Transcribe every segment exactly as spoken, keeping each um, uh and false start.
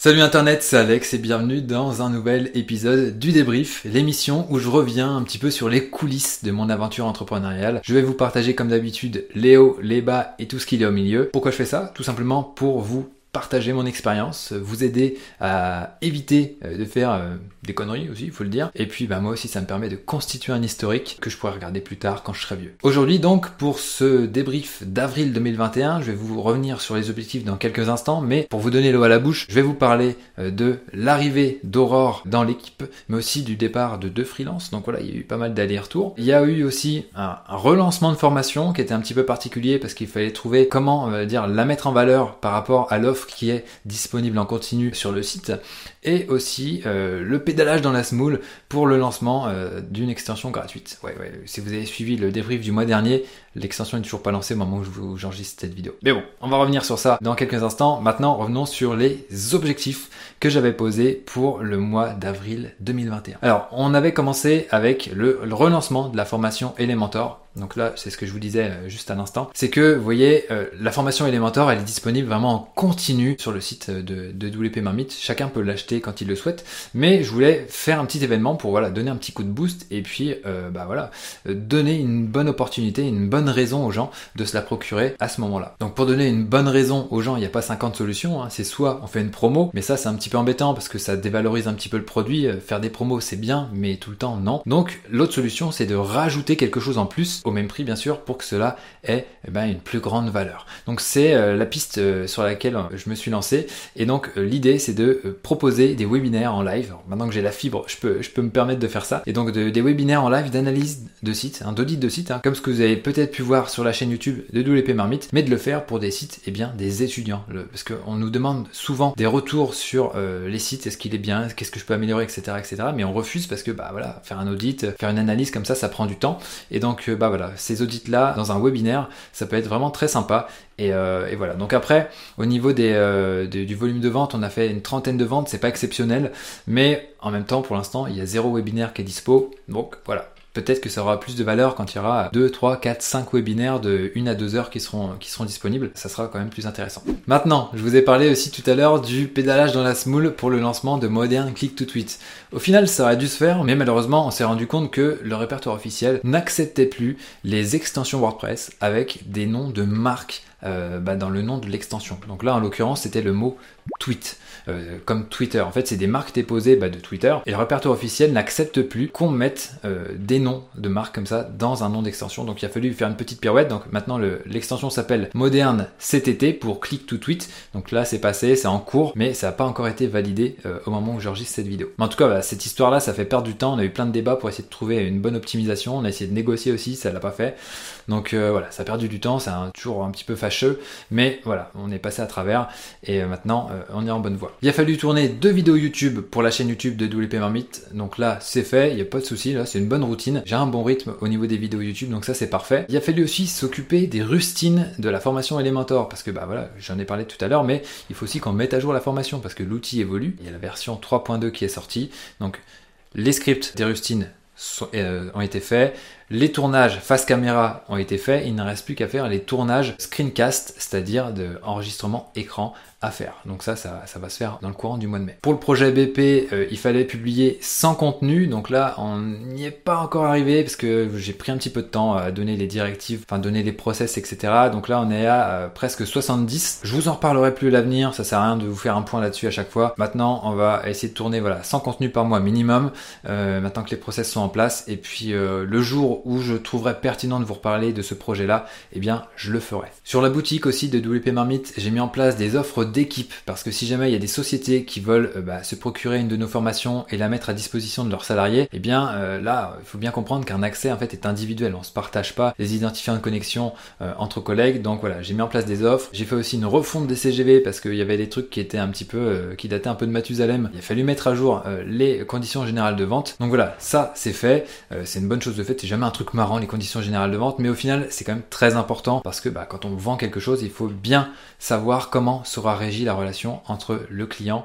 Salut Internet, c'est Alex et bienvenue dans un nouvel épisode du débrief, l'émission où je reviens un petit peu sur les coulisses de mon aventure entrepreneuriale. Je vais vous partager comme d'habitude les hauts, les bas et tout ce qu'il y a au milieu. Pourquoi je fais ça? Tout simplement pour vous partager mon expérience, vous aider à éviter de faire des conneries aussi, il faut le dire. Et puis bah, moi aussi ça me permet de constituer un historique que je pourrai regarder plus tard quand je serai vieux. Aujourd'hui donc pour ce débrief d'avril deux mille vingt et un, je vais vous revenir sur les objectifs dans quelques instants, mais pour vous donner l'eau à la bouche, je vais vous parler de l'arrivée d'Aurore dans l'équipe, mais aussi du départ de deux freelances. Donc voilà, il y a eu pas mal d'allers-retours. Il y a eu aussi un, un relancement de formation qui était un petit peu particulier parce qu'il fallait trouver comment euh, dire la mettre en valeur par rapport à l'offre qui est disponible en continu sur le site, et aussi euh, le pédalage dans la semoule pour le lancement euh, d'une extension gratuite. Ouais, ouais, si vous avez suivi le débrief du mois dernier, l'extension n'est toujours pas lancée au moment où je vous j'enregistre cette vidéo. Mais bon, on va revenir sur ça dans quelques instants. Maintenant, revenons sur les objectifs que j'avais posés pour le mois d'avril deux mille vingt et un. Alors, on avait commencé avec le, le relancement de la formation Elementor. Donc là, c'est ce que je vous disais euh, juste à l'instant. C'est que, vous voyez, euh, la formation Elementor, elle est disponible vraiment en continu sur le site de, de W P Marmite. Chacun peut l'acheter quand il le souhaite. Mais je voulais faire un petit événement pour voilà donner un petit coup de boost et puis euh, bah voilà euh, donner une bonne opportunité, une bonne raison aux gens de se la procurer à ce moment-là. Donc pour donner une bonne raison aux gens, il n'y a pas cinquante solutions. Hein. C'est soit on fait une promo, mais ça c'est un petit peu embêtant parce que ça dévalorise un petit peu le produit. Faire des promos c'est bien, mais tout le temps non. Donc l'autre solution c'est de rajouter quelque chose en plus au même prix bien sûr pour que cela ait eh ben, une plus grande valeur. Donc c'est euh, la piste euh, sur laquelle euh, je me suis lancé et donc euh, l'idée c'est de euh, proposer des webinaires en live. Alors, maintenant que j'ai la fibre, je peux, je peux me permettre de faire ça. Et donc de, des webinaires en live d'analyse de sites, hein, d'audit de sites, hein, comme ce que vous avez peut-être pu voir sur la chaîne YouTube de W P Marmite, mais de le faire pour des sites, eh bien des étudiants. Le, parce qu'on nous demande souvent des retours sur euh, les sites, est-ce qu'il est bien, qu'est-ce que je peux améliorer, et cetera, et cetera. Mais on refuse parce que bah voilà, faire un audit, faire une analyse comme ça, ça prend du temps. Et donc euh, bah voilà, ces audits-là dans un webinaire, ça peut être vraiment très sympa. Et, euh, et voilà. Donc après, au niveau des, euh, de, du volume de vente, on a fait une trentaine de ventes, c'est pas exceptionnel, mais en même temps, pour l'instant, il y a zéro webinaire qui est dispo. Donc voilà. Peut-être que ça aura plus de valeur quand il y aura deux, trois, quatre, cinq webinaires de une à deux heures qui seront, qui seront disponibles. Ça sera quand même plus intéressant. Maintenant, je vous ai parlé aussi tout à l'heure du pédalage dans la semoule pour le lancement de Modern Click to Tweet. Au final, ça aurait dû se faire, mais malheureusement, on s'est rendu compte que le répertoire officiel n'acceptait plus les extensions WordPress avec des noms de marques euh, bah, dans le nom de l'extension. Donc là, en l'occurrence, c'était le mot tweet. Euh, comme Twitter. En fait, c'est des marques déposées bah, de Twitter et le répertoire officiel n'accepte plus qu'on mette euh, des noms de marques comme ça dans un nom d'extension. Donc il a fallu faire une petite pirouette. Donc maintenant le, l'extension s'appelle Modern C T T pour Click to Tweet. Donc là c'est passé, c'est en cours, mais ça n'a pas encore été validé euh, au moment où j'enregistre cette vidéo. Mais en tout cas, bah, cette histoire-là, ça fait perdre du temps. On a eu plein de débats pour essayer de trouver une bonne optimisation. On a essayé de négocier aussi, ça l'a pas fait. Donc euh, voilà, ça a perdu du temps, c'est un, toujours un petit peu fâcheux, mais voilà, on est passé à travers et euh, maintenant euh, on est en bonne voie. Il a fallu tourner deux vidéos YouTube pour la chaîne YouTube de W P Marmite, donc là c'est fait, il n'y a pas de souci, là c'est une bonne routine, j'ai un bon rythme au niveau des vidéos YouTube, donc ça c'est parfait. Il a fallu aussi s'occuper des rustines de la formation Elementor, parce que bah voilà, j'en ai parlé tout à l'heure, mais il faut aussi qu'on mette à jour la formation, parce que l'outil évolue, il y a la version trois point deux qui est sortie, donc les scripts des rustines sont, euh, ont été faits, les tournages face caméra ont été faits, il ne reste plus qu'à faire les tournages screencast, c'est-à-dire de enregistrement écran à faire. Donc ça, ça, ça va se faire dans le courant du mois de mai. Pour le projet B P, euh, il fallait publier sans contenu, donc là, on n'y est pas encore arrivé parce que j'ai pris un petit peu de temps à donner les directives, enfin donner les process, et cetera. Donc là, on est à euh, presque soixante-dix. Je vous en reparlerai plus à l'avenir, ça sert à rien de vous faire un point là-dessus à chaque fois. Maintenant, on va essayer de tourner voilà sans contenu par mois minimum, euh, maintenant que les process sont en place. Et puis euh, le jour où je trouverai pertinent de vous reparler de ce projet-là, eh bien, je le ferai. Sur la boutique aussi de W P Marmite, j'ai mis en place des offres d'équipe, parce que si jamais il y a des sociétés qui veulent euh, bah, se procurer une de nos formations et la mettre à disposition de leurs salariés, eh bien euh, là il faut bien comprendre qu'un accès en fait est individuel, on se partage pas les identifiants de connexion euh, entre collègues. Donc voilà, j'ai mis en place des offres, j'ai fait aussi une refonte des C G V parce qu'il y avait des trucs qui étaient un petit peu euh, qui dataient un peu de Mathusalem. Il a fallu mettre à jour euh, les conditions générales de vente. Donc voilà, ça c'est fait, euh, c'est une bonne chose de fait, c'est jamais un truc marrant les conditions générales de vente, mais au final c'est quand même très important parce que bah, quand on vend quelque chose, il faut bien savoir comment sera régie la relation entre le client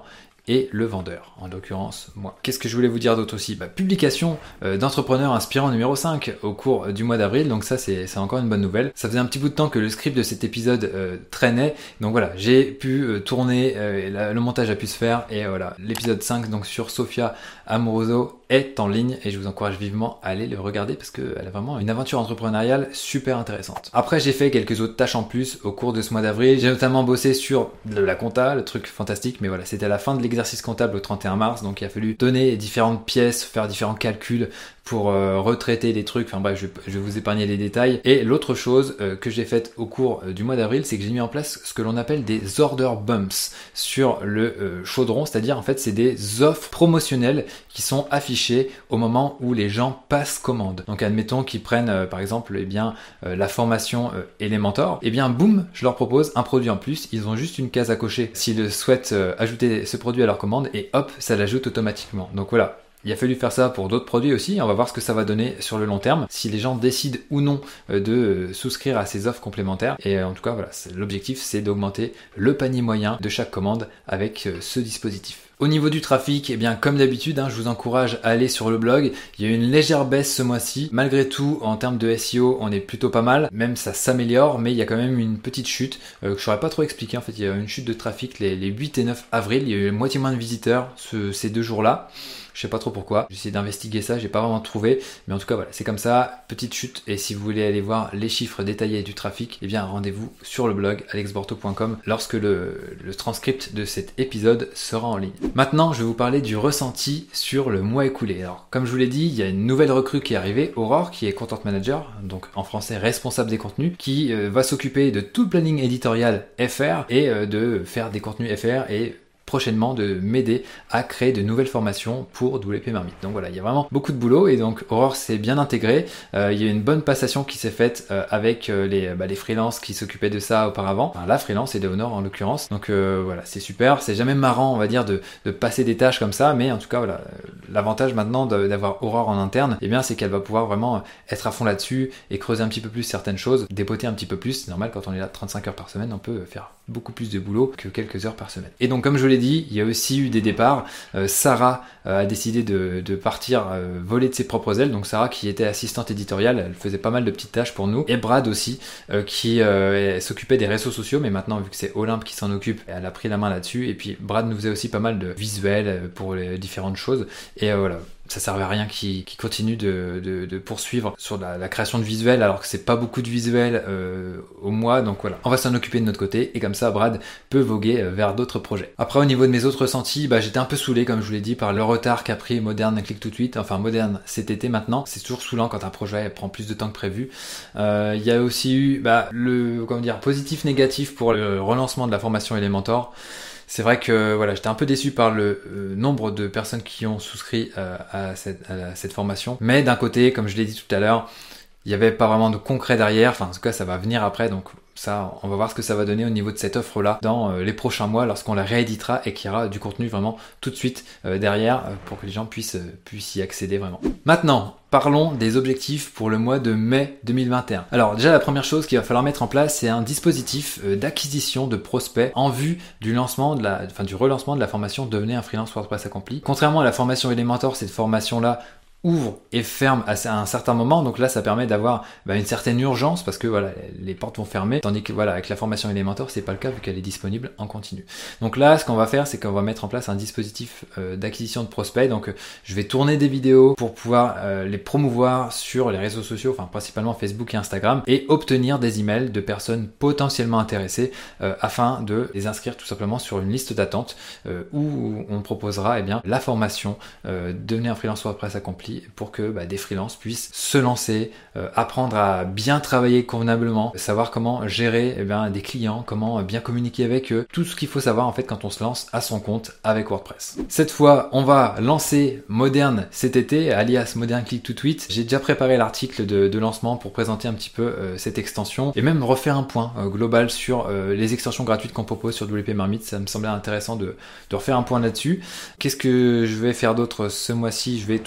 et le vendeur, en l'occurrence moi. Qu'est-ce que je voulais vous dire d'autre aussi? Bah, publication euh, d'entrepreneurs inspirants numéro cinq au cours du mois d'avril, donc ça c'est encore une bonne nouvelle. Ça faisait un petit bout de temps que le script de cet épisode euh, traînait, donc voilà, j'ai pu euh, tourner, euh, la, le montage a pu se faire, et euh, voilà, l'épisode cinq donc sur Sophia Amoruso est en ligne, et je vous encourage vivement à aller le regarder parce qu'elle a vraiment une aventure entrepreneuriale super intéressante. Après j'ai fait quelques autres tâches en plus au cours de ce mois d'avril, j'ai notamment bossé sur de la compta, le truc fantastique, mais voilà, c'était à la fin de l'exercice comptable au trente et un mars, donc il a fallu donner différentes pièces, faire différents calculs pour euh, retraiter les trucs, enfin bref, je, je vais vous épargner les détails. Et l'autre chose euh, que j'ai faite au cours euh, du mois d'avril, c'est que j'ai mis en place ce que l'on appelle des order bumps sur le euh, chaudron, c'est-à-dire en fait c'est des offres promotionnelles qui sont affichées au moment où les gens passent commande. Donc admettons qu'ils prennent euh, par exemple eh bien, euh, la formation euh, Elementor, et eh bien boum, je leur propose un produit en plus, ils ont juste une case à cocher s'ils souhaitent euh, ajouter ce produit à leur commande, et hop, ça l'ajoute automatiquement. Donc voilà. Il a fallu faire ça pour d'autres produits aussi, on va voir ce que ça va donner sur le long terme, si les gens décident ou non de souscrire à ces offres complémentaires. Et en tout cas, voilà, l'objectif c'est d'augmenter le panier moyen de chaque commande avec ce dispositif. Au niveau du trafic, eh bien comme d'habitude, hein, je vous encourage à aller sur le blog. Il y a eu une légère baisse ce mois-ci. Malgré tout, en termes de S E O, on est plutôt pas mal. Même ça s'améliore, mais il y a quand même une petite chute euh, que je saurais pas trop expliquer. En fait, il y a eu une chute de trafic les, les huit et neuf avril. Il y a eu moitié moins de visiteurs ce, ces deux jours-là. Je sais pas trop pourquoi. J'ai essayé d'investiguer ça, j'ai pas vraiment trouvé. Mais en tout cas, voilà, c'est comme ça. Petite chute. Et si vous voulez aller voir les chiffres détaillés du trafic, eh bien rendez-vous sur le blog alex borto point com lorsque le, le transcript de cet épisode sera en ligne. Maintenant, je vais vous parler du ressenti sur le mois écoulé. Alors, comme je vous l'ai dit, il y a une nouvelle recrue qui est arrivée, Aurore, qui est Content Manager, donc en français responsable des contenus, qui euh, va s'occuper de tout le planning éditorial F R et euh, de faire des contenus F R et prochainement de m'aider à créer de nouvelles formations pour W P Marmite. Donc voilà, il y a vraiment beaucoup de boulot et donc Aurore s'est bien intégrée. Euh, il y a une bonne passation qui s'est faite euh, avec euh, les, bah, les freelances qui s'occupaient de ça auparavant. Enfin, la freelance et Léonore en l'occurrence. Donc euh, voilà, c'est super. C'est jamais marrant, on va dire, de, de passer des tâches comme ça, mais en tout cas, voilà, l'avantage maintenant d'avoir Aurore en interne, eh bien, c'est qu'elle va pouvoir vraiment être à fond là-dessus et creuser un petit peu plus certaines choses, dépoter un petit peu plus. C'est normal, quand on est là trente-cinq heures par semaine, on peut faire beaucoup plus de boulot que quelques heures par semaine. Et donc, comme je l'ai dit, il y a aussi eu des départs. Euh, Sarah euh, a décidé de, de partir euh, voler de ses propres ailes. Donc Sarah qui était assistante éditoriale, elle faisait pas mal de petites tâches pour nous. Et Brad aussi, euh, qui euh, s'occupait des réseaux sociaux, mais maintenant vu que c'est Olympe qui s'en occupe, elle a pris la main là-dessus. Et puis Brad nous faisait aussi pas mal de visuels pour les différentes choses. Et euh, voilà. Ça servait à rien qui, qui continue de, de, de poursuivre sur la, la création de visuels alors que c'est pas beaucoup de visuels euh, au mois, donc voilà, on va s'en occuper de notre côté et comme ça Brad peut voguer vers d'autres projets. Après au niveau de mes autres ressentis, bah, j'étais un peu saoulé comme je vous l'ai dit par le retard qu'a pris Moderne Click tout de suite, enfin Moderne cet été maintenant, c'est toujours saoulant quand un projet prend plus de temps que prévu. Il euh, y a aussi eu bah, le comment dire positif négatif pour le relancement de la formation Elementor. C'est vrai que voilà, j'étais un peu déçu par le euh, nombre de personnes qui ont souscrit euh, à, cette, à cette formation. Mais d'un côté, comme je l'ai dit tout à l'heure, il n'y avait pas vraiment de concret derrière. Enfin, en tout cas, ça va venir après. Donc ça, on va voir ce que ça va donner au niveau de cette offre-là dans euh, les prochains mois lorsqu'on la rééditera et qu'il y aura du contenu vraiment tout de suite euh, derrière euh, pour que les gens puissent, euh, puissent y accéder vraiment. Maintenant, parlons des objectifs pour le mois de mai deux mille vingt et un. Alors déjà la première chose qu'il va falloir mettre en place, c'est un dispositif d'acquisition de prospects en vue du lancement de la, enfin du relancement de la formation Devenez un freelance WordPress accompli. Contrairement à la formation Elementor, cette formation-là ouvre et ferme à un certain moment, donc là ça permet d'avoir bah, une certaine urgence parce que voilà les portes vont fermer, tandis que voilà avec la formation Elementor c'est pas le cas vu qu'elle est disponible en continu. Donc là ce qu'on va faire c'est qu'on va mettre en place un dispositif euh, d'acquisition de prospects, donc euh, je vais tourner des vidéos pour pouvoir euh, les promouvoir sur les réseaux sociaux, enfin principalement Facebook et Instagram, et obtenir des emails de personnes potentiellement intéressées euh, afin de les inscrire tout simplement sur une liste d'attente euh, où on proposera eh bien la formation euh, Devenez un freelance WordPress accompli pour que bah, des freelances puissent se lancer, euh, apprendre à bien travailler convenablement, savoir comment gérer eh bien, des clients, comment bien communiquer avec eux, tout ce qu'il faut savoir en fait quand on se lance à son compte avec WordPress. Cette fois, on va lancer Moderne cet été, alias Moderne Click to Tweet. J'ai déjà préparé l'article de, de lancement pour présenter un petit peu euh, cette extension et même refaire un point euh, global sur euh, les extensions gratuites qu'on propose sur W P Marmite. Ça me semblait intéressant de, de refaire un point là-dessus. Qu'est-ce que je vais faire d'autre ce mois-ci? Je vais tourner deux vidéos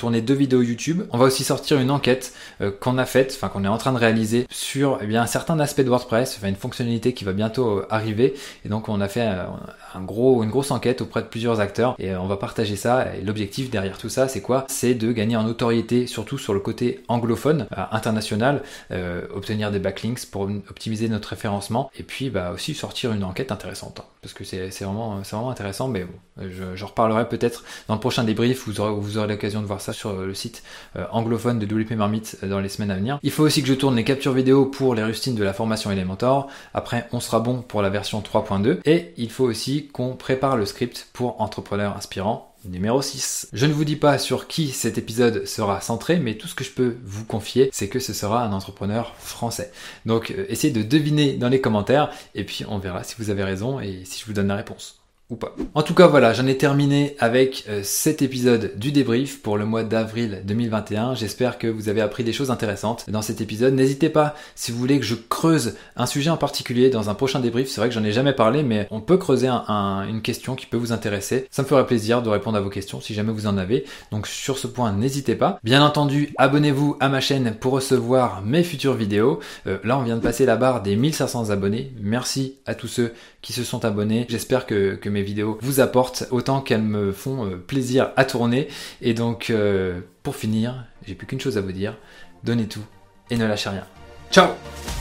vidéo YouTube. On va aussi sortir une enquête euh, qu'on a faite, enfin qu'on est en train de réaliser sur eh bien, un certain aspect de WordPress, enfin une fonctionnalité qui va bientôt euh, arriver. Et donc on a fait euh, un gros, une grosse enquête auprès de plusieurs acteurs et euh, on va partager ça. Et l'objectif derrière tout ça, c'est quoi? C'est de gagner en notoriété, surtout sur le côté anglophone, euh, international, euh, obtenir des backlinks pour optimiser notre référencement et puis bah, aussi sortir une enquête intéressante. Hein, parce que c'est vraiment, c'est vraiment intéressant, mais bon, je, je reparlerai peut-être dans le prochain débrief, vous aurez, vous aurez l'occasion de voir ça sur le site euh, anglophone de W P Marmite dans les semaines à venir. Il faut aussi que je tourne les captures vidéo pour les rustines de la formation Elementor. Après, on sera bon pour la version trois point deux et il faut aussi qu'on prépare le script pour Entrepreneur Inspirant numéro six. Je ne vous dis pas sur qui cet épisode sera centré, mais tout ce que je peux vous confier, c'est que ce sera un entrepreneur français. Donc euh, essayez de deviner dans les commentaires et puis on verra si vous avez raison et si je vous donne la réponse. Ou pas. En tout cas, voilà, j'en ai terminé avec euh, cet épisode du débrief pour le mois d'avril deux mille vingt et un. J'espère que vous avez appris des choses intéressantes dans cet épisode. N'hésitez pas, si vous voulez que je creuse un sujet en particulier dans un prochain débrief, c'est vrai que j'en ai jamais parlé, mais on peut creuser un, un, une question qui peut vous intéresser. Ça me ferait plaisir de répondre à vos questions si jamais vous en avez. Donc sur ce point, n'hésitez pas. Bien entendu, abonnez-vous à ma chaîne pour recevoir mes futures vidéos. Euh, là, on vient de passer la barre des mille cinq cents abonnés. Merci à tous ceux qui se sont abonnés. J'espère que, que mes vidéos vous apportent autant qu'elles me font euh, plaisir à tourner. Et donc, euh, pour finir, j'ai plus qu'une chose à vous dire. Donnez tout et ne lâchez rien. Ciao!